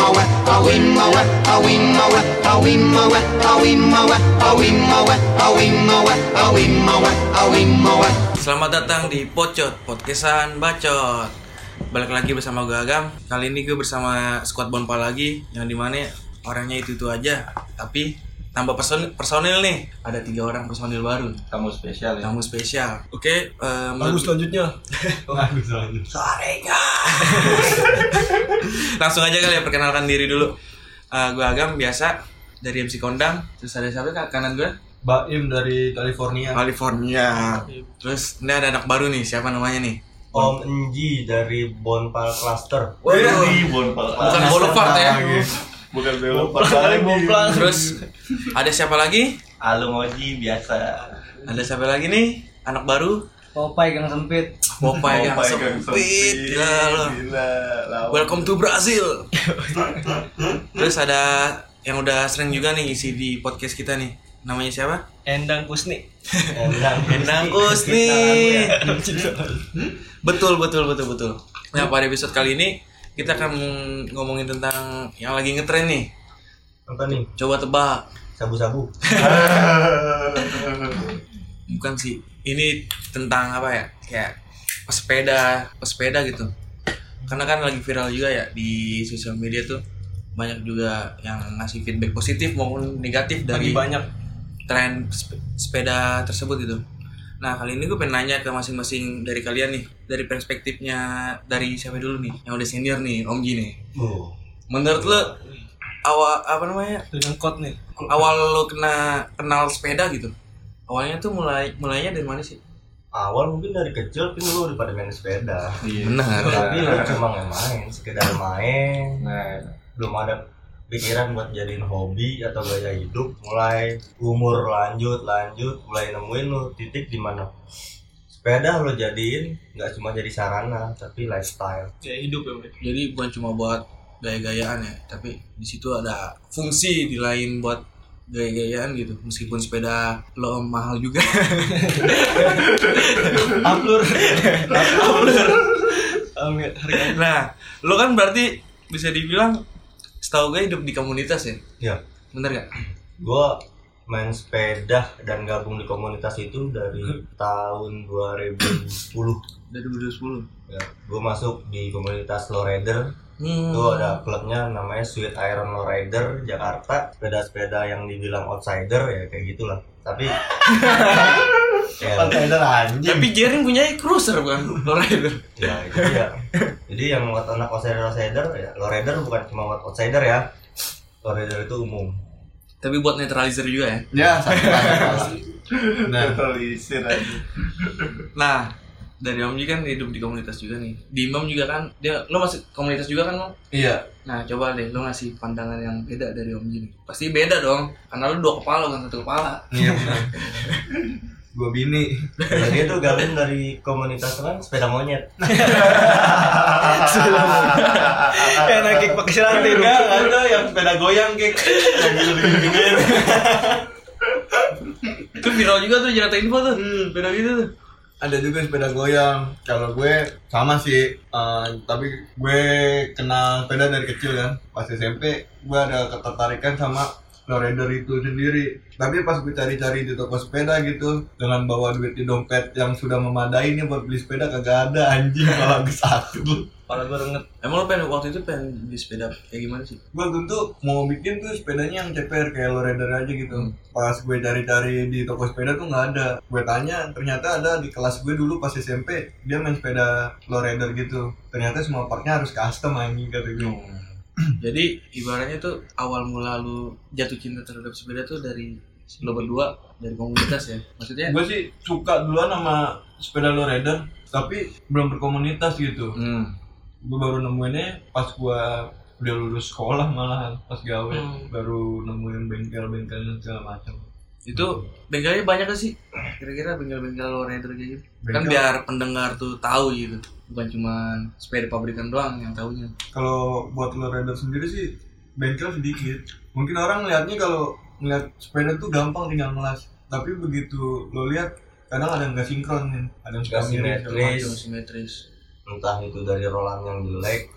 Selamat datang di Pocot, podcastan bacot. Balik lagi bersama gue Agam. Kali ini gue bersama squad Bonpal lagi, yang dimana orangnya itu aja, tapi tambah personil nih. Ada 3 orang personil baru. Tamu spesial ya. Tamu spesial. Oke, lagu selanjutnya. Sore Langsung aja kali ya, perkenalkan diri dulu. Gue Agam biasa dari MC Kondang. Terus ada siapa kanan gue? Baim dari California. Terus ini ada anak baru nih, siapa namanya nih? Om Enji dari Bonpal Cluster. Bonpal. Bukan Boulevard ya. Bukan Boulevard. Terus ada siapa lagi? Alung Oji biasa. Ada siapa lagi nih? Anak baru? Popeye Gang Sempit. Popeye Gang Sempit. Gila. Welcome to Brazil. Terus ada yang udah sering juga nih isi di podcast kita nih. Namanya siapa? Endang Kusni. Endang Kusni. Betul. Nah, pada episode kali ini kita akan ngomongin tentang yang lagi ngetren nih. Apa nih? Coba tebak. Sabu-sabu. Bukan sih. Ini tentang apa ya? Kayak pesepeda gitu. Karena kan lagi viral juga ya di sosial media tuh. Banyak juga yang ngasih feedback positif maupun negatif dari banyak tren sepeda tersebut gitu. Nah, kali ini gue pengen nanya ke masing-masing dari kalian nih, dari perspektifnya dari siapa dulu nih, yang udah senior nih, Om Ji nih. Menurut lo awal lo kenal sepeda gitu, awalnya tuh mulainya dari mana sih? Awal mungkin dari kecil kan lu udah pada main sepeda. Benar. Tapi lu cuma main, sekedar main. Nah, belum ada pikiran buat jadiin hobi atau gaya hidup. Mulai umur lanjut mulai nemuin lu titik di mana sepeda lo jadiin nggak cuma jadi sarana tapi lifestyle gaya hidup ya. Jadi bukan cuma buat gaya-gayaan ya, tapi di situ ada fungsi di lain buat gaya-gayaan gitu. Meskipun sepeda lo mahal juga. Aplur. Nah, lo kan berarti bisa dibilang setahu gue hidup di komunitas ya? Iya. Bener gak? Gue main sepeda dan gabung di komunitas itu dari tahun 2010. Dari 2010? Ya, gue masuk di komunitas lowrider. Itu ada klubnya namanya Sweet Iron Lowrider Jakarta. Sepeda-sepeda yang dibilang outsider ya kayak gitulah. Tapi outsider anjing. Tapi Jering punya cruiser bukan lowrider. Ya itu dia. Jadi yang buat anak outsider ya, lowrider bukan cuma buat outsider ya. Lowrider itu umum. Tapi buat netralizer juga ya? Ya, pasti. Netralisir aja. Nah, dari Om Ji kan hidup di komunitas juga nih. Di Imam juga kan, lo masih komunitas juga kan, Om? Iya. Nah, coba deh lo ngasih pandangan yang beda dari Om Ji nih. Pasti beda dong, karena lo 2 kepala kan 1 kepala. Iya benar. Gua bini. Nah, dia tuh gabung dari komunitas kan sepeda monyet. Enak kick pakai selantir. Enggak ada yang sepeda goyang kick. Yang gitu. Itu viral juga tuh Jakarta Info tuh. Sepeda gitu tuh. Ada juga sepeda goyang. Kalau gue sama sih, tapi gue kenal sepeda dari kecil kan. Pas SMP gue ada ketertarikan sama lowrider itu sendiri. Tapi pas gue cari-cari di toko sepeda gitu, dengan bawa duit di dompet yang sudah memadai nih buat beli sepeda, kagak ada anjing, malah gue satu. Kepala gue renget. Emang lo waktu itu pengen beli sepeda kayak gimana sih? Gue tentu mau bikin tuh sepedanya yang ceper kayak lowrider aja gitu. Pas gue cari-cari di toko sepeda tuh nggak ada. Gue tanya, ternyata ada di kelas gue dulu pas SMP, dia main sepeda lowrider gitu. Ternyata semua partnya harus custom anjing kata gue. Jadi ibaratnya tuh awal mula lu jatuh cinta terhadap sepeda tuh dari lo berdua, dari komunitas ya? Maksudnya? Gue sih suka duluan sama sepeda lowrider, tapi belum berkomunitas gitu. Gue baru nemuinnya pas gue udah lulus sekolah malahan, pas gawe baru nemuin bengkel-bengkelnya segala macam. Itu bengkelnya banyak gak sih? Kira-kira bengkel-bengkel lowrider kayak gitu? Kan Bengkel. biar pendengar tuh tahu gitu, bukan cuma sepeda pabrikan doang yang tahunya. Kalau buat lowrider sendiri sih bengkel sedikit. Mungkin orang ngeliatnya kalau ngeliat sepeda tuh gampang tinggal ngelas, tapi begitu lo lihat kadang ada yang nggak sinkron nih, ada yang suka Nggak miring segala simetris. macam. Simetris. Entah itu dari rolan yang jelek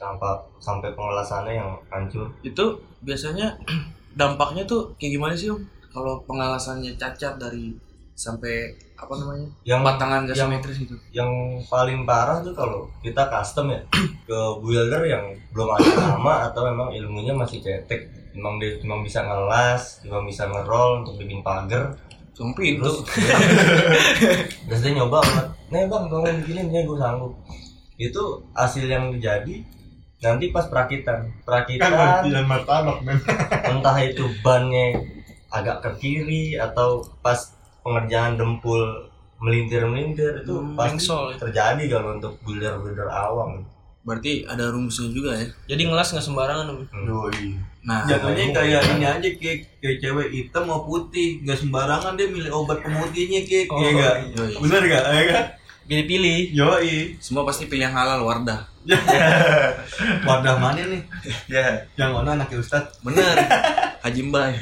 sampai pengelasannya yang hancur. Itu biasanya dampaknya tuh kayak gimana sih Om? Kalau pengalasannya cacat dari sampai apa namanya? Yang batangan gak simetris gitu. Yang paling parah tuh kalau kita custom ya ke builder yang belum ada nama atau memang ilmunya masih cetek. Memang bisa ngelas, memang bisa ngerol untuk bikin pagar. Cuma pintu. Terus dia nyoba buat, nih bang kamu bikinin ya gue sanggup. Itu hasil yang terjadi nanti pas perakitan Kan martabak men. entah itu bannya agak ke kiri atau pas pengerjaan dempul melintir itu pasti mengsol. terjadi kalau untuk builder awam. Berarti ada rumusnya juga ya. Jadi ngelas nggak sembarangan Om. Doi. Nah, Jatuhnya kayak ini aja kayak cewek hitam mau putih, nggak sembarangan dia milih obat pemutihnya kayak Oh, iya nggak? yoi. Bener nggak? Ya kan? Pilih-pilih. Yoi. Semua pasti pilih yang halal Wardah. Wadah mana nih? Ya. Yang mana anaknya Ustad? Bener. Haji Mbay.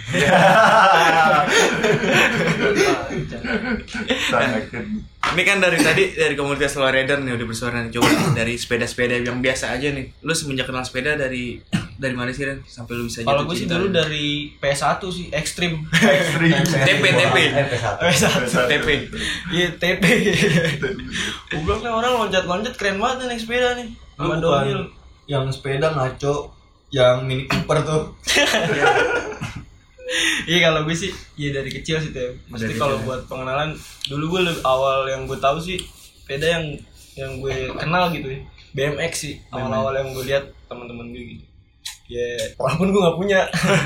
Ini kan dari tadi dari komunitas Lowrider nih udah bersuara nih. Coba dari sepeda-sepeda yang biasa aja nih. Lu semenjak kenal sepeda dari mana sih Ren? Sampai lu bisa Kalau jatuh gue sih cinta? dulu dari PS1 sih, ekstrim. TP. TP. Iya, TP. Gue bilang nih orang loncat-loncat keren banget nih naik sepeda nih. Sama Lu downhill. bukan yang sepeda ngaco, yang Mini Cooper tuh. Iya kalau gue sih, iya dari kecil sih Tem. Mesti Dari kalau kecil. buat pengenalan, dulu gue awal yang gue tahu sih sepeda yang gue kenal gitu ya. BMX sih, awal-awal yang gue lihat teman-teman gue gitu. Ya, walaupun gue nggak punya.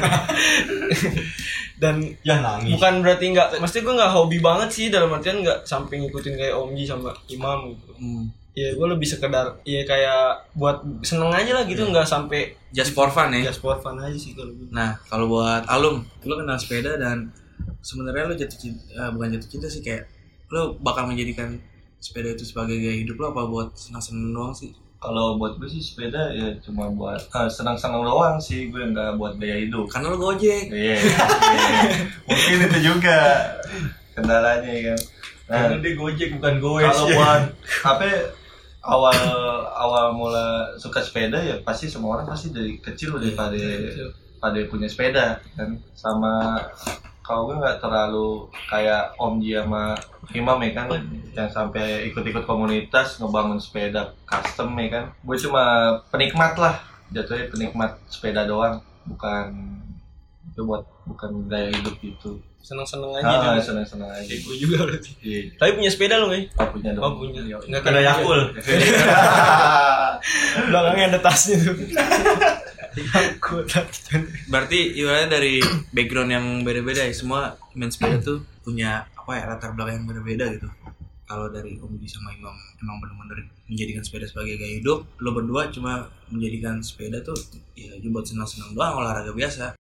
Dan Ya nangis. bukan berarti nggak, mesti gue nggak hobi banget sih, dalam artian nggak sampai ngikutin kayak Om Ji sama Imam gitu. Ya gue lebih sekedar ya kayak buat seneng aja lah gitu, nggak sampai Just for fun ya. just for fun aja sih kalau gue. Nah, kalau buat Alum, lu kenal sepeda dan sebenarnya lu jatuh cinta, bukan jatuh cinta sih, kayak lu bakal menjadikan sepeda itu sebagai gaya hidup lu apa buat senang-senang doang sih? Kalau buat gue sih sepeda ya cuma buat senang-senang doang sih, gue nggak buat gaya hidup. Karena lu Gojek. Iya. Mungkin itu juga kendalanya kan. Nah, Karena dia Gojek bukan Goes. kalau buat apa awal mula suka sepeda ya pasti semua orang pasti dari kecil udah pada punya sepeda kan. Sama kalau gue nggak terlalu kayak Om Ji sama Imam ya kan, yang sampai ikut-ikut komunitas ngebangun sepeda custom ya kan. Gue cuma penikmat lah, jatuhnya penikmat sepeda doang, bukan gaya hidup gitu. Seneng-seneng aja. Senang-senang aja. Kayak gue juga berarti. Iya, Tapi punya sepeda lo nggak? oh, punya dong. Oh punya. Nggak Ada Yakul. Belakangnya ada tasnya tuh. Yakul. Berarti ibaratnya dari background yang beda-beda ya, semua main sepeda tuh punya apa ya, latar belakang yang beda-beda gitu. Kalau dari Om Ji sama Imam emang benar-benar menjadikan sepeda sebagai gaya hidup, lo berdua cuma menjadikan sepeda tuh ya buat senang-senang doang, olahraga biasa.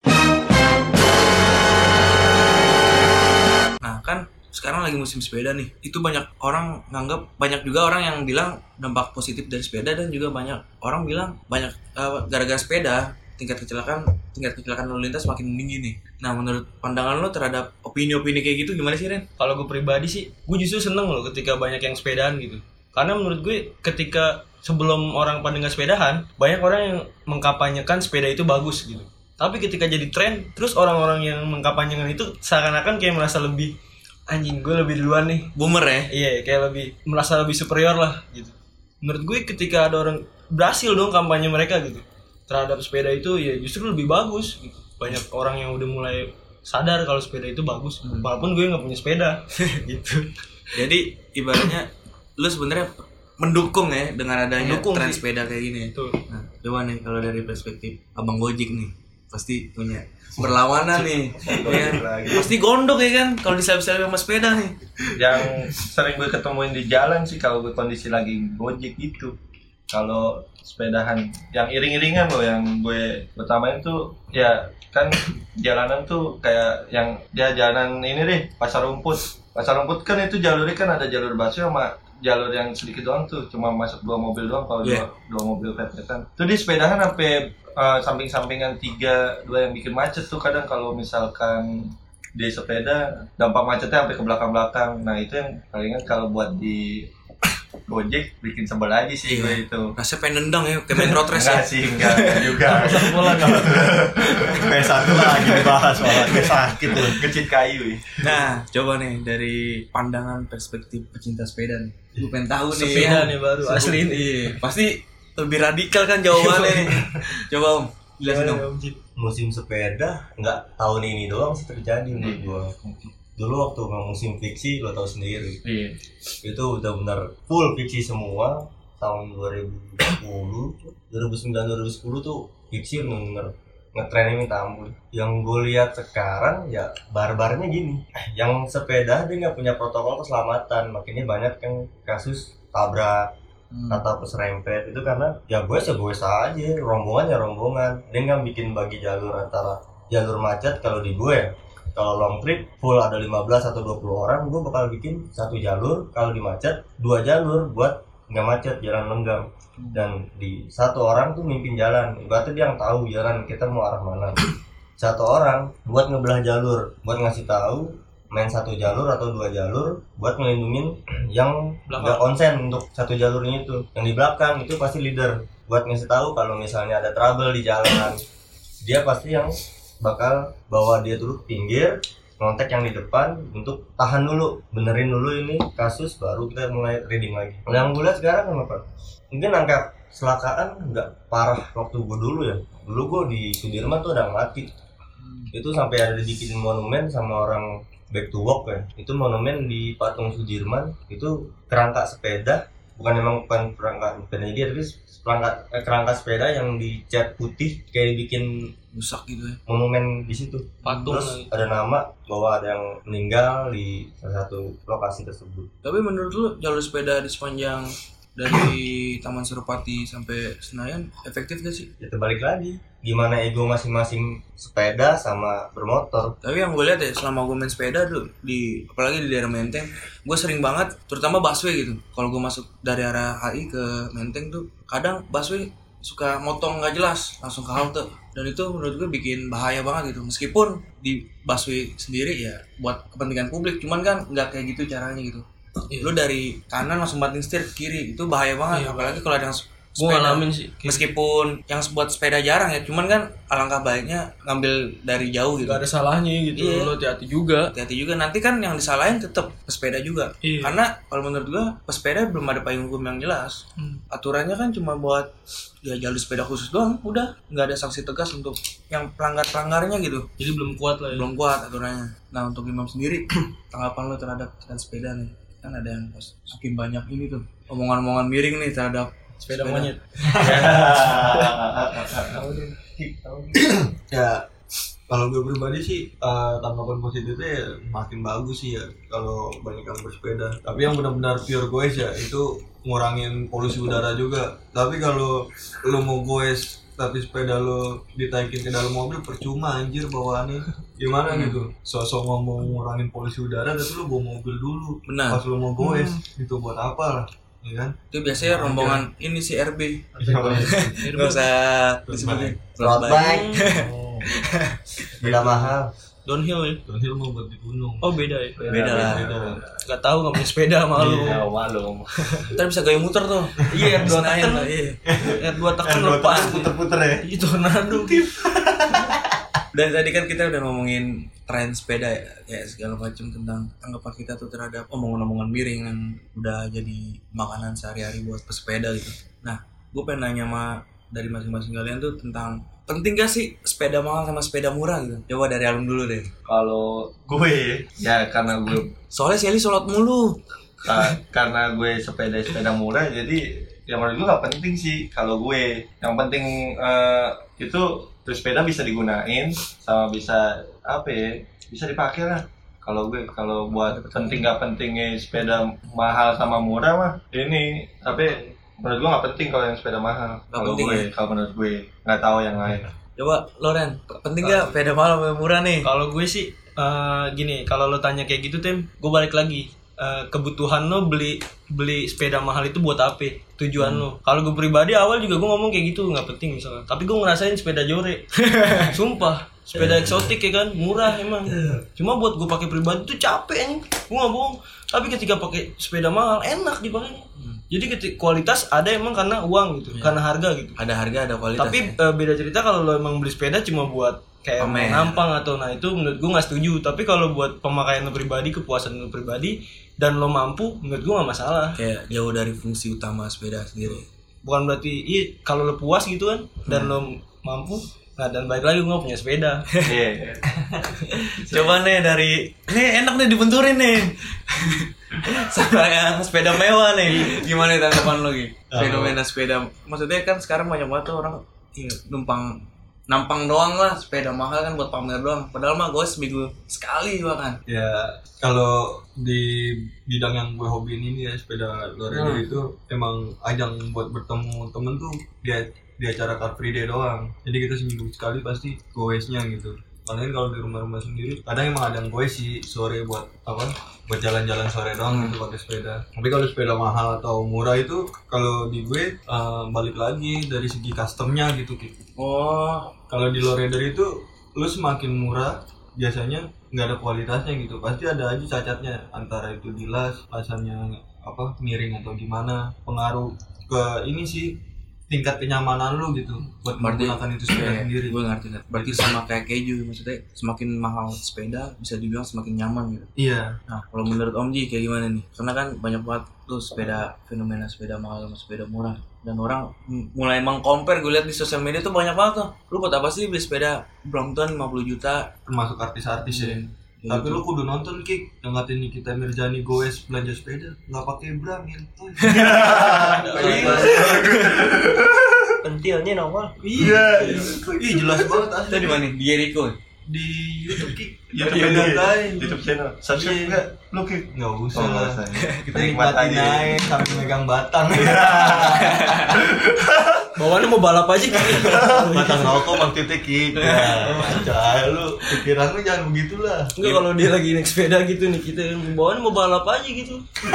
Nah kan sekarang lagi musim sepeda nih, itu banyak orang nganggap, banyak juga orang yang bilang dampak positif dari sepeda, dan juga banyak orang bilang banyak gara-gara sepeda tingkat kecelakaan lalu lintas makin tinggi nih. Nah menurut pandangan lo terhadap opini-opini kayak gitu gimana sih Ren? Kalau gue pribadi sih, gue justru seneng loh ketika banyak yang sepedaan gitu. Karena menurut gue ketika sebelum orang pada nggak sepedahan, banyak orang yang mengkampanyekan sepeda itu bagus gitu. Tapi ketika jadi tren, terus orang-orang yang mengkampanyekan itu seakan-akan kayak merasa lebih, anjing gue lebih duluan nih. Boomer ya? Iya, kayak lebih merasa lebih superior lah gitu. Menurut gue ketika ada orang berhasil dong kampanye mereka gitu terhadap sepeda itu, ya justru lebih bagus gitu. Banyak orang yang udah mulai sadar kalau sepeda itu bagus, walaupun gue nggak punya sepeda gitu. Jadi ibaratnya lu sebenarnya mendukung ya dengan adanya Mendukung tren sih. sepeda kayak gini ya. Tuh. Nah, coba nih kalau dari perspektif Abang Gojek nih, pasti punya berlawanan nih. Ya, pasti gondok ya kan kalau disalip-salip sama sepeda nih. Yang sering gue ketemuin di jalan sih kalau gue kondisi lagi Gojek gitu. Kalau sepedahan yang iring-iringan loh, yang gue utamain tuh ya kan jalanan tuh kayak yang ya jalanan ini deh, Pasar Rumput kan itu jalurnya kan ada jalur busway sama jalur yang sedikit doang tuh, cuma masuk 2 mobil doang kalau dua mobil pet-petan. Tuh di sepedahan sampai samping-sampingan 2 yang bikin macet tuh kadang kalau misalkan di sepeda dampak macetnya sampai ke belakang-belakang. Nah itu yang palingan kalau buat di Gojek bikin sebel aja sih gue itu. Rasanya pengen nendang ya, kayak main road race ya. Enggak sih, enggak juga. Bola kalau PS1 lagi dibahas malah sakit tuh. Kecit kayu ya. Nah, coba nih dari pandangan perspektif pecinta sepeda nih. Gue pengen tahu nih. sepeda nih baru asli ini. Iya, pasti lebih radikal kan jawabannya nih. Coba Om, jelasin dong. Musim sepeda nggak tahun ini doang sih terjadi menurut gua. Dulu waktu musim fiksi lo tau sendiri. Iya. Itu benar-benar full fiksi semua. Tahun 2010, 2009, 2010 tuh fiksi benar-benar ngetren ini tampil. Yang gue lihat sekarang ya barbarnya gini. Yang sepeda dia nggak punya protokol keselamatan, makanya banyak yang kasus tabrak atau keserempet. Itu karena ya gue aja rombongan ya rombongan. Dia nggak bikin bagi jalur antara jalur macet. Kalau di gue kalau long trip full ada 15 atau 20 orang, gue bakal bikin satu jalur. Kalau di macet 2 jalur buat nggak macet, jalan lenggang. Dan di satu orang tuh mimpin jalan, berarti dia yang tahu jalan kita mau arah mana. Satu orang buat ngebelah jalur, buat ngasih tahu main satu jalur atau 2 jalur, buat ngelindungin yang nggak konsen untuk satu jalurnya itu. Yang di belakang itu pasti leader, buat ngasih tahu kalau misalnya ada trouble di jalan, dia pasti yang bakal bawa dia turun pinggir, ngontek yang di depan untuk tahan dulu, benerin dulu ini kasus, baru kita mulai reading lagi. Yang gue lihat sekarang apa? Mungkin angka kecelakaan nggak parah waktu gue dulu ya. Dulu gue di Sudirman tuh ada mati. Itu sampai ada dibikin monumen sama orang Back to Walk ya. Itu monumen di patung Sudirman, itu kerangka sepeda, bukan kerangka sepeda dia, tapi kerangka sepeda yang dicat putih kayak bikin Rusak gitu ya. monumen di situ. Patung. Terus ada nama bahwa ada yang meninggal di salah satu lokasi tersebut. Tapi menurut lu jalur sepeda di sepanjang dari Taman Suropati sampai Senayan efektif gak sih? Ya terbalik lagi, gimana ego masing-masing sepeda sama bermotor. Tapi yang gue lihat ya selama gue main sepeda tuh apalagi di daerah Menteng, gue sering banget, terutama busway gitu. Kalau gue masuk dari arah HI ke Menteng tuh, kadang busway suka motong nggak jelas langsung ke halte, dan itu menurut gue bikin bahaya banget gitu. Meskipun di busway sendiri ya buat kepentingan publik, cuman kan nggak kayak gitu caranya gitu. Lu dari kanan langsung banting setir ke kiri, itu bahaya banget. Apalagi kalau ada yang Gue ngalamin sih. meskipun yang buat sepeda jarang ya, cuman kan alangkah baiknya ngambil dari jauh gitu. Gak ada salahnya gitu. Iya. Lo hati-hati juga. Hati-hati juga, nanti kan yang disalahin tetap pesepeda juga. Iya. Karena kalau menurut gua pesepeda belum ada payung hukum yang jelas. Aturannya kan cuma buat ya jalur sepeda khusus doang, udah nggak ada sanksi tegas untuk yang pelanggarnya gitu. Jadi belum kuat lah ya. Belum kuat aturannya. Nah, untuk Imam sendiri, tanggapan lo terhadap sepeda nih? Kan ada yang makin banyak ini tuh omongan-omongan miring nih terhadap Sepeda monyet. Ya kalau gue pribadi sih tanggapan positifnya ya makin bagus sih ya kalau banyak yang bersepeda. Tapi yang benar-benar pure goes ya itu ngurangin polusi udara juga. Tapi kalau lo mau goes tapi sepeda lo ditaikin ke dalam mobil, percuma anjir bawaannya. Gimana gitu? Sosok ngomong ngurangin polusi udara tapi lo bawa mobil dulu. Benar. Pas lo mau goes itu buat apa lah? Ya kan? itu biasanya rombongan ini si RB. Nggak Nggak usah disebutin. Road bike beda mahal. Downhill ya. Downhill mau buat di gunung. Oh beda ya. Beda lah. Gak tahu nggak punya sepeda malu. Iya, malu. Ntar bisa gaya muter tuh. Iya, R2 Senayan tekan. lah, iya. R2 tekan lepas. Puter-puter ya. Itu tornado. Dan tadi kan kita udah ngomongin tren sepeda ya, kayak segala macam tentang tanggapan kita tuh terhadap omongan-omongan miring yang udah jadi makanan sehari-hari buat pesepeda gitu. Nah, gue pengen nanya dari masing-masing kalian tuh tentang penting gak sih sepeda mahal sama sepeda murah gitu? Coba dari Alum dulu deh. Kalau gue ya karena gue Soalnya si Eli sholat mulu. karena gue sepeda murah, jadi yang menurut gue gak penting sih. Kalau gue yang penting itu tuh sepeda bisa digunain sama bisa apa ya, bisa dipakai lah. Kalau gue kalau buat penting gak pentingnya sepeda mahal sama murah mah ini, tapi menurut gue gak penting kalau yang sepeda mahal. Kalau penting gue ya? kalau menurut gue nggak tahu yang lain. Coba Loren, penting gak sepeda mahal sama murah nih? Kalau gue sih gini, kalau lo tanya kayak gitu Tim, gue balik lagi. Kebutuhan lo beli sepeda mahal itu buat apa? Tujuan lo. Kalau gue pribadi awal juga gue ngomong kayak gitu, nggak penting misalnya. Tapi gue ngerasain sepeda jore. Sumpah, sepeda eksotik ya kan, murah emang. Cuma buat gue pakai pribadi tuh capek nih. Gue nggak bohong. Tapi ketika pakai sepeda mahal enak dipakainya. Jadi kualitas ada emang karena uang gitu, karena harga gitu. Ada harga, ada kualitas. Tapi beda cerita kalau lo emang beli sepeda cuma buat kayak Pamer. nampang atau itu menurut gue nggak setuju. Tapi kalau buat pemakaian lo pribadi, kepuasan lo pribadi dan lo mampu, menurut gue nggak masalah. kayak jauh dari fungsi utama sepeda sendiri. Bukan berarti kalau lo puas gitu kan dan lo mampu. Nah dan balik lagi gue punya sepeda. Iya. Coba nih dari nih enak nih dibenturin nih. Sama yang sepeda mewah nih. Gimana tanggapan lo Gi? Fenomena sepeda. Maksudnya kan sekarang banyak banget tuh orang nampang doang lah, sepeda mahal kan buat pamer doang. Padahal mah gue seminggu sekali bahkan. Ya kalau di bidang yang gue hobiin ini ya sepeda lowrider itu emang ajang buat bertemu temen tuh di acara Car Free Day doang. Jadi kita seminggu sekali pasti goesnya gitu. Kalian kalau di rumah-rumah sendiri kadang emang ada yang goes sih sore buat buat jalan-jalan sore doang gitu pakai sepeda. Tapi kalau sepeda mahal atau murah itu kalau di gue balik lagi dari segi customnya gitu. Oh, Kalau di lowrider itu lu semakin murah biasanya nggak ada kualitasnya gitu, pasti ada aja cacatnya, antara itu di las, lasannya miring atau gimana, pengaruh ke ini sih tingkat kenyamanan lu gitu buat menggunakan itu sepeda sendiri. Gue ngerti. Berarti sama kayak keju, maksudnya semakin mahal sepeda bisa dibilang semakin nyaman gitu. Iya. Nah, kalau menurut Om Ji kayak gimana nih? Karena kan banyak banget tuh fenomena sepeda mahal sama sepeda murah. Dan orang mulai meng-compare, gue lihat di sosial media tuh banyak banget tuh. Lu buat apa sih beli sepeda Brompton 50 juta? Termasuk artis-artis ya. Ya Tapi gitu. lu kudu nonton Kik yang ngatain Nikita Mirzani goes belanja sepeda nggak pakai bra gitu. Pentilnya nongol. Iya. Ih jelas banget Itu asli. di mana? Di Jericho. Di YouTube Kik. YouTube Sepeda guys. YouTube channel. Subscribe enggak? Lu Ki? Nggak usah Oh, nggak lah. usah. Kita Nikmat nikmatin aja. aja sambil megang batang. Bawaannya mau balap aja gitu. Batang rokok maksudnya Kik. Percaya lu, pikiran lu jangan begitulah. Enggak kalau dia lagi naik sepeda gitu nih kita bawaannya mau balap aja gitu.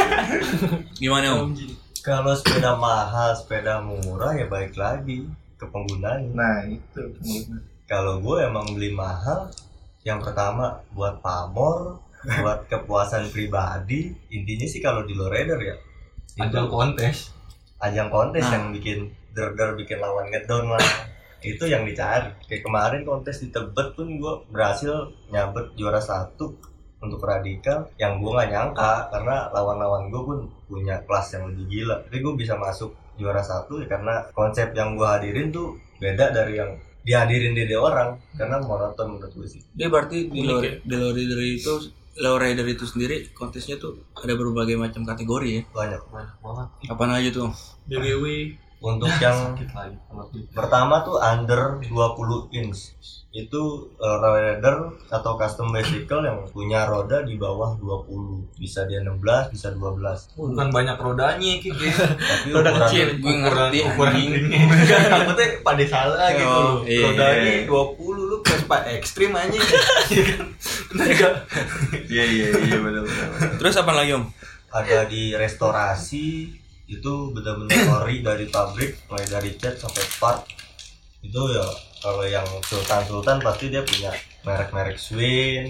Gimana Om? Kalau sepeda mahal, sepeda murah ya balik lagi ke penggunanya. Nah, itu. Kalau gue emang beli mahal, yang pertama buat pamor, buat kepuasan pribadi. Intinya sih kalau di lowrider ya Ajang kontes. ajang kontes yang bikin der bikin lawan ngedown lah. Itu yang dicari. Kayak kemarin kontes di Tebet pun gue berhasil nyabet juara 1 untuk radikal, yang gue nggak nyangka karena lawan-lawan gue pun punya kelas yang lebih gila. Tapi gue bisa masuk juara 1 ya karena konsep yang gue hadirin tuh beda dari yang dihadirin di orang, karena monoton menurut gue sih. Dia berarti di Unik ya? lowrider itu sendiri kontesnya tuh ada berbagai macam kategori ya. Banyak. Banget. Apaan aja tuh? BBW. Untuk yang Sakit lagi. pertama tuh under 20 inch. Itu rider atau custom bicycle yang punya roda di bawah 20. Bisa dia 16, bisa 12. Bukan banyak rodanya Kik. Tapi Roda ukuran kecil. Gue ngerti Ukuran anjing. Enggak, takutnya pada salah gitu Oh, loh. iya. Rodanya 20 lu Vespa ekstrim aja. Bener gak? Iya benar. Terus apa lagi Om? ada di restorasi, itu benar-benar ori dari pabrik, mulai dari cat sampai part. Itu ya kalau yang sultan pasti dia punya merek-merek Swin,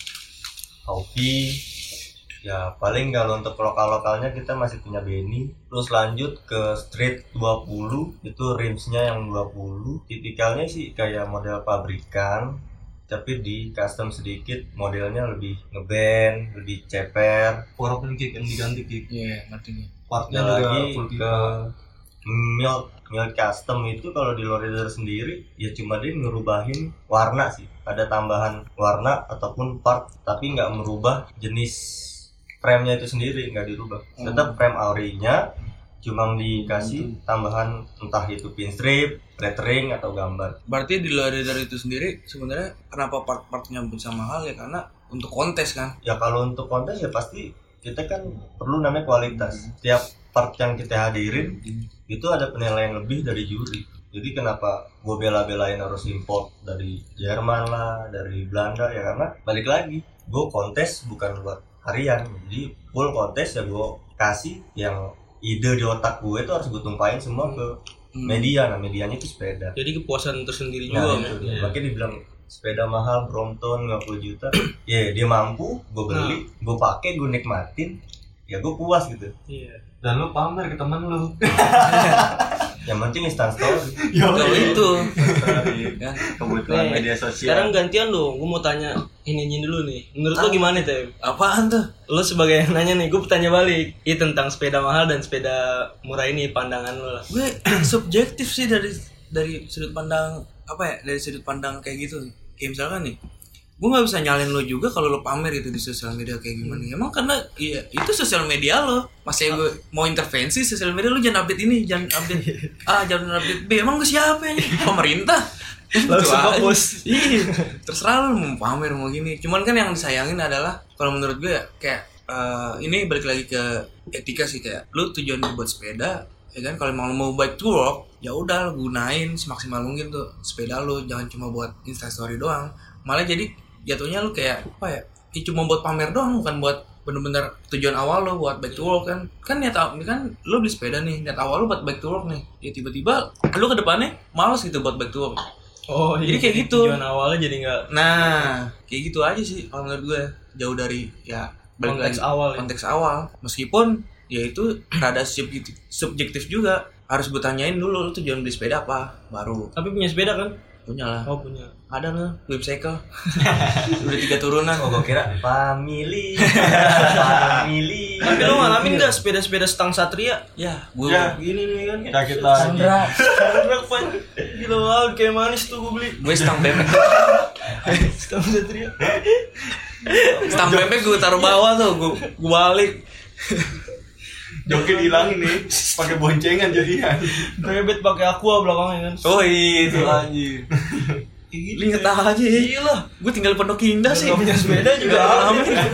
Aufi. Ya paling kalau untuk lokal-lokalnya kita masih punya Benny. Terus lanjut ke Street 20, itu rimsnya yang 20. Tipikalnya sih kayak model pabrikan, tapi di custom sedikit, modelnya lebih ngeband, lebih ceper. Powerpin Kik yang diganti Kik. Iya, ngerti nih. Partnya Ada juga lagi full ke pipa. milk custom itu kalau di lowrider sendiri ya cuma dia ngerubahin warna sih, ada tambahan warna ataupun part, tapi nggak merubah jenis frame-nya itu sendiri, nggak dirubah, tetap frame aurinya cuma dikasih tambahan entah itu pin strip, lettering atau gambar. Berarti di lowrider itu sendiri sebenarnya kenapa part-partnya bisa mahal ya karena untuk kontes kan? Ya kalau untuk kontes ya pasti kita kan perlu namanya kualitas. Setiap part yang kita hadirin itu ada penilaian lebih dari juri. Jadi kenapa gue bela-belain harus import dari Jerman lah, dari Belanda ya, karena balik lagi gue kontes bukan buat harian. Jadi full kontes ya gue kasih yang ide di otak gue itu harus gue tumpahin semua ke media. Nah medianya itu sepeda. Jadi kepuasan tersendiri Nah, juga. itu dia. Makanya dibilang sepeda mahal Brompton 50 juta. Ya dia mampu, gue beli, gue pakai, gue nikmatin. ya gue puas gitu. Iya. Dan lu pamer ke temen lu. Yang penting instant story. Kalau itu Ya, kebutuhan Nih, media sosial. sekarang gantian lu, gue mau tanya ini dulu nih. Menurut lu gimana Tem? apaan tuh? Lu sebagai yang nanya nih, gue bertanya balik. Ini tentang sepeda mahal dan sepeda murah ini, pandangan lu lah. Gue subjektif sih dari sudut pandang apa ya, dari sudut pandang kayak gitu. Kayak misalkan nih, gue nggak bisa nyalin lo juga kalau lo pamer itu di sosial media kayak gimana. Emang karena iya itu sosial media lo. Masih gue mau intervensi sosial media, lo jangan update ini, jangan update A, jangan update B. Emang gue siapa ya? Pemerintah. Langsung Itu aja. fokus. Iya. Terserah lo mau pamer mau gini. Cuman kan yang disayangin adalah kalau menurut gue ya, kayak ini balik lagi ke etika sih, kayak lo tujuan buat sepeda ya kan, kalau emang lo mau bike to work ya udah lo gunain semaksimal mungkin tuh sepeda lo, jangan cuma buat instastory doang. Malah jadi jatuhnya lu kayak apa ya, cuma buat pamer doang, bukan buat bener-bener tujuan awal lo buat back to work kan niat kan lu beli sepeda nih, niat awal lu buat back to work nih, ya tiba-tiba lu ke depannya malas gitu buat back to work. Oh, Jadi kayak gitu. Tujuan awalnya jadi nggak Nah kayak gitu aja sih kalau menurut gue, jauh dari ya balik konteks lagi, awal. Ya. konteks awal. Meskipun ya itu rada subjektif juga, harus gue tanyain dulu lu tujuan beli sepeda apa baru. Tapi punya sepeda kan? Punya lah, Oh punya. ada lah whip cycle. Udah 3 turunan. Oh gue kira family. Tapi lo ngalamin nggak sepeda-sepeda stang Satria? Ya gue Ya. Gini nih kan? Sakit lagi. Sandra pan. Gila banget, kayak manis tuh gue beli. gue stang bebek. Stang Satria. Stang bebek gue taruh bawah tuh, gue balik. Jokin hilangin nih, pakai boncengan jadinya. Bebet pakai aqua belakangnya kan. Oh iya itu anjir. Lu inget aja ya. Gila. Gue tinggal di Pondok Indah sih. Nggak punya sepeda juga Nggak ngalamin. ada.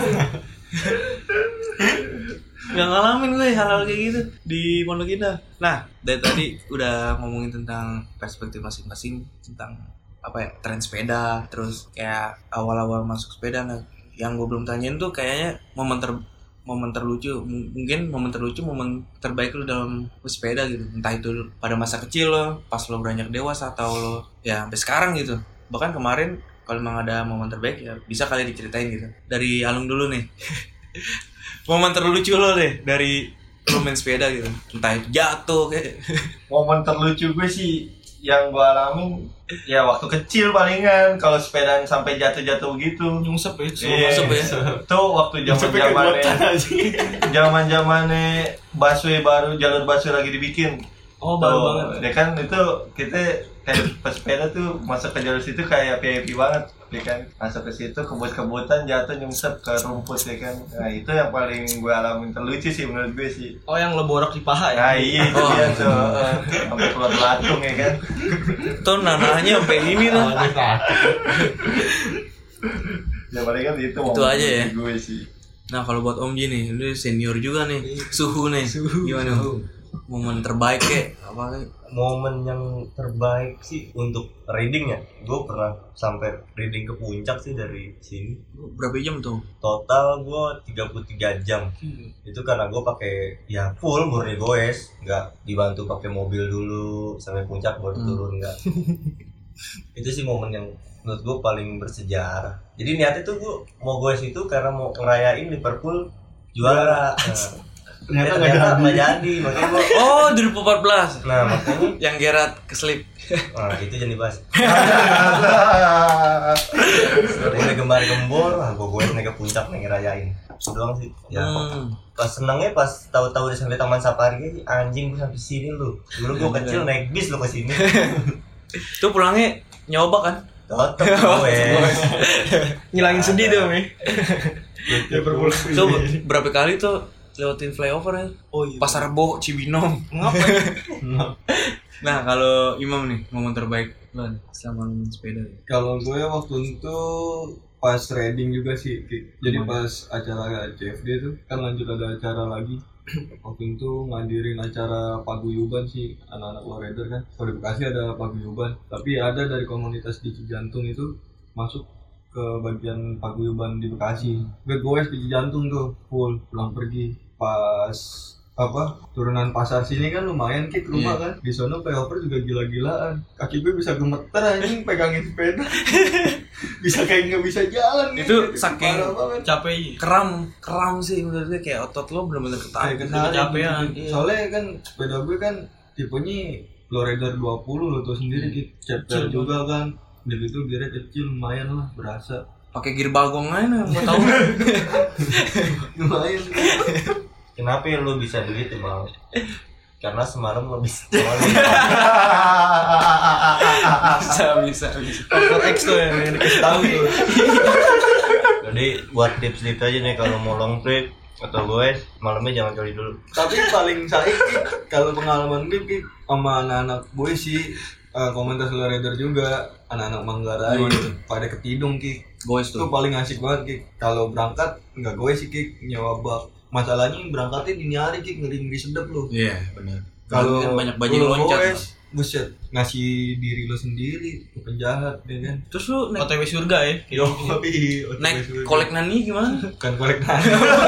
Gak ngalamin gue hal-hal kayak gitu di Pondok Indah. Nah dari tadi udah ngomongin tentang perspektif masing-masing tentang apa ya, tren sepeda, terus kayak awal-awal masuk sepeda. Nah yang gue belum tanyain tuh kayaknya momen terlucu, mungkin momen terbaik lu dalam bersepeda gitu, entah itu pada masa kecil lo, pas lo beranjak dewasa, atau lo ya sampai sekarang gitu. Bahkan kemarin kalau memang ada momen terbaik ya bisa kali diceritain gitu. Dari Alung dulu nih. Momen terlucu lo deh dari lo main sepeda gitu, entah itu jatuh kayak. Momen terlucu gue sih yang gue alamin ya waktu kecil palingan, kalau sepedaan sampai jatuh-jatuh gitu. Nyungsep ya, Iya, nyungsep ya. itu waktu zaman-zamannya busway baru, jalur busway lagi dibikin. Oh, baru Tuh, banget. ya kan itu kita kayak pesepeda tuh masuk ke jalur situ kayak VIP banget, ya kan. Masuk ke situ kebut-kebutan jatuh nyungsep ke rumput, ya kan. Nah itu yang paling gue alamin terlucu sih menurut gue sih. Oh, yang lo borok di paha ya? Nah iya itu dia tuh, sampai keluar belatung ya kan. Tuh nanahnya sampai ini tuh. Ya paling kan itu aja ya. gue sih. Nah kalau buat Om Ji nih, lu senior juga nih, suhu nih, gimana? Momen terbaik kayak apa nih? Momen yang terbaik sih untuk reading ya, gue pernah sampai reading ke puncak sih dari sini. Berapa jam tuh? Total gue 33 jam. Itu karena gue pakai ya full murni goes, nggak dibantu pakai mobil dulu sampai puncak baru turun, nggak. Itu sih momen yang menurut gue paling bersejarah. Jadi niatnya tuh gue mau goes itu karena mau ngerayain Liverpool juara. Ternyata nggak jadi, makanya gue. Oh 2014. Nah makanya Yang Gerard keslip. nah itu jangan dibahas. Udah gembar-gembor, gue naik ke puncak nih ngerayain. Itu doang sih. Ya. Pas senengnya pas tahu-tahu udah sampai Taman Safari, anjing gue sampai sini lu. Dulu gue kecil naik bis lu ke sini. Tuh pulangnya nyoba kan? Tetep gue. Ngilangin sedih tuh, Mi. Tuh berapa kali tuh lewatin flyover ya? Oh iya. Pasar Rebo, Cibinong. Ngapain? Nah kalau Imam nih, momen terbaik lo nih selama main sepeda. Kalau gue waktu itu pas riding juga sih, jadi pas acara CFD tuh kan lanjut ada acara lagi. Waktu itu ngadirin acara paguyuban sih, anak-anak lowrider kan. Kalau di Bekasi ada paguyuban, tapi ada dari komunitas di Cijantung itu masuk ke bagian paguyuban di Bekasi. Gue goes di Cijantung tuh full pulang pergi. Pas turunan pasar sini kan lumayan kit rumah kan. Di sono flyover juga gila-gilaan. Kaki gue bisa gemeter anjing pegangin sepeda. bisa kayak nggak bisa jalan nih. Itu saking Parah banget. Capek. kram sih menurut gue, kayak otot lo bener-bener Kayak ketarik. ketarik kecapean. gitu. Soalnya kan sepeda gue kan tipenya Flowrider 20 lo tau sendiri gitu. Cepet juga kan. Dari itu gearnya kecil lumayan lah berasa. Pakai gear bagong aja nih, gua tahu. Lumayan. Kenapa ya lu bisa begitu Bang? Karena semalam lo bisa bisa. Faktor X tuh yang dikasih tahu tuh. Jadi buat tips-tips aja nih kalau mau long trip atau goes malamnya jangan coli dulu. Tapi paling saik Kik, kalau pengalaman gue Kik, sama anak-anak boy sih komunitas Flowrider juga anak-anak Manggarai pada ketidung Kik. Goes Itu tuh. paling asik banget Kik. Kalau berangkat nggak gue sih Kik nyewa bak. Masalahnya berangkatnya dini hari Kik, ngeri sedap lo. Iya, benar. Kalau Kan banyak bajing lu loncat. goes, buset ngasih diri lo sendiri ke penjahat ya kan. Terus lu naik OTW surga ya. naik kolek nani gimana? Bukan kolek nani.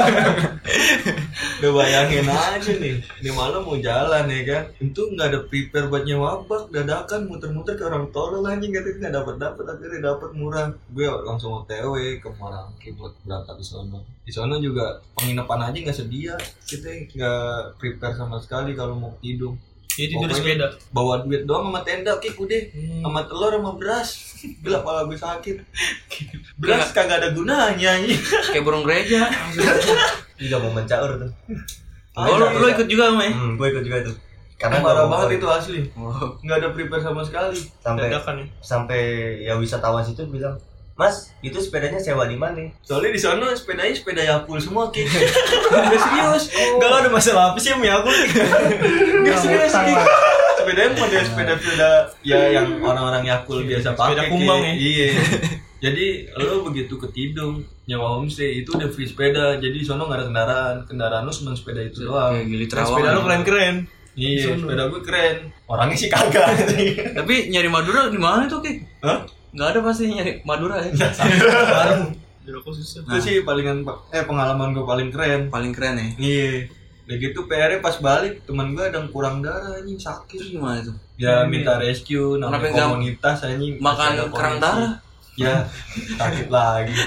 Udah bayangin aja nih, ini malam mau jalan ya kan. Itu nggak ada prepare buat nyewa bak, dadakan muter-muter ke orang tolol anjing, katanya nggak dapat akhirnya dapat murah. Gue langsung OTW ke Marangke buat berangkat di sono. Di sono juga penginapan aja nggak sedia, kita nggak prepare sama sekali kalau mau tidur. Jadi tidur di Pokoknya sepeda. bawa duit doang sama tenda Kik udah, sama telur sama beras. Gila kepala gue sakit. Beras kagak ada gunanya anjing. Kayak burung gereja. Juga mau mencaur tuh. Oh, lu ikut juga, Mai? Gue ikut juga tuh. Karena Karena parah mau banget goes. itu asli. Oh. Nggak ada prepare sama sekali. sampai Dadakan ya. sampai ya wisatawan situ bilang, "Mas, itu sepedanya sewa di mana?" Soalnya di sana sepedanya sepeda Yakul semua Kik. Udah serius. Enggak ada masalah apa sih sama aku. Udah serius Kik. Sepedanya model sepeda ya yang orang-orang Yakul biasa pakai. Sepeda kumbang Kik. ya? Iya. Jadi lo begitu ke Tidung nyewa homestay itu udah free sepeda. Jadi di sana nggak ada kendaraan lo cuma sepeda itu doang. Kayak Gili Dan Trawangan. sepeda lu keren-keren. Iya, sepeda gue keren. Orangnya sih kagak. Tapi nyari Madura di mana tuh, Kik? Hah? Nggak ada pasti nyari Madura ya. Baru. Di rokok susah. Itu sih pengalaman gue paling keren. Paling keren ya. Iya. Udah gitu PR-nya pas balik teman gue ada yang kurang darah anjing Terus sakit. gimana tuh? Ya minta rescue Kenapa namanya nggak komunitas anjing. makan Ada kerang polisi. darah? Ya sakit lagi.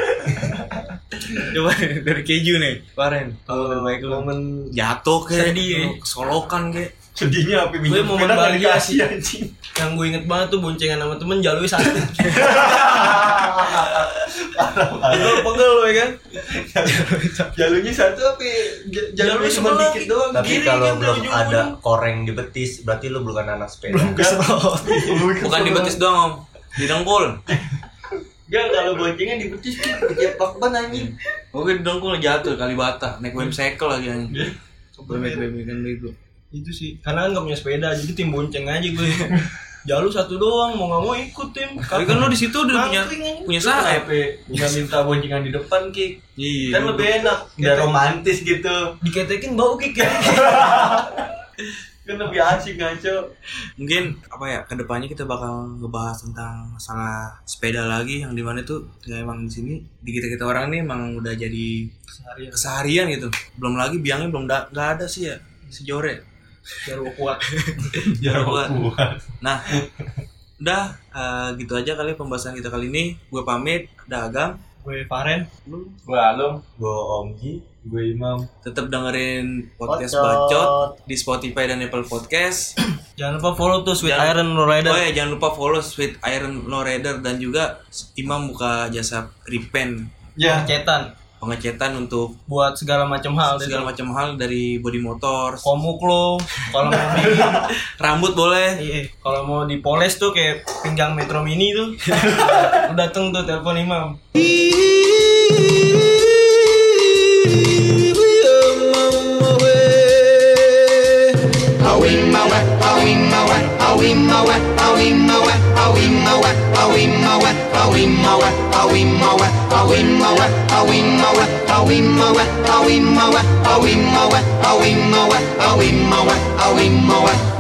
Coba dari keju nih. Kemarin. Momen Jatuh kayak Sedih ya. solokan kayak. sedihnya apa Gue momen sepeda nggak bahagia dikasih, sih. anjing. Yang gue inget banget tuh boncengan sama temen jalurnya satu. Pegel lo ya kan? Jalurnya satu tapi jalurnya cuma sebelah. dikit doang. Tapi Kiri kalau kan belum dari ada ujung. koreng di betis, berarti lu bukan anak sepeda. Bukan di betis doang, Om. Di dengkul. Enggak, kalau boncengnya di betis kecepak ban anjing. Oke, di dengkul jatuh kali bata. Naik webcycle lagi anjing. Bebek kan bego. Itu sih. Karena kan gak punya sepeda, jadi tim bonceng aja gue. Jalur satu doang, mau gak mau ikut tim. Tapi kan lo di situ udah punya sayap. Nggak minta boncengan di depan Kik. Iya. Kan lebih enak, udah romantis gitu. Diketekin bau kick ya. Kan lebih asik ngaco. Mungkin apa ya, kedepannya kita bakal ngebahas tentang masalah sepeda lagi, yang dimana tuh ya emang di sini di kita orang nih emang udah jadi keseharian gitu. Belum lagi biangnya belum nggak ada sih ya sejore. Biar gue kuat. Biar Kuat. kuat. Nah, udah gitu aja kali pembahasan kita kali ini. Gue pamit, ada Agam. Gue Faren. Gue Alum. Gue Omji. Gue Imam. Tetap dengerin podcast Bacot. Bacot di Spotify dan Apple Podcast. Jangan lupa follow tuh Sweet Jangan- Iron Lowrider. Oh ya, jangan lupa follow Sweet Iron Lowrider, dan juga Imam buka jasa repaint, Ya. Cetan pengecetan untuk buat segala macam hal. segala macam hal dari body motor, Komuk lo. Kalau mau di rambut boleh. iya, kalau mau dipoles tuh kayak pinggang Metro Mini tuh. Lu dateng tuh telepon Imam.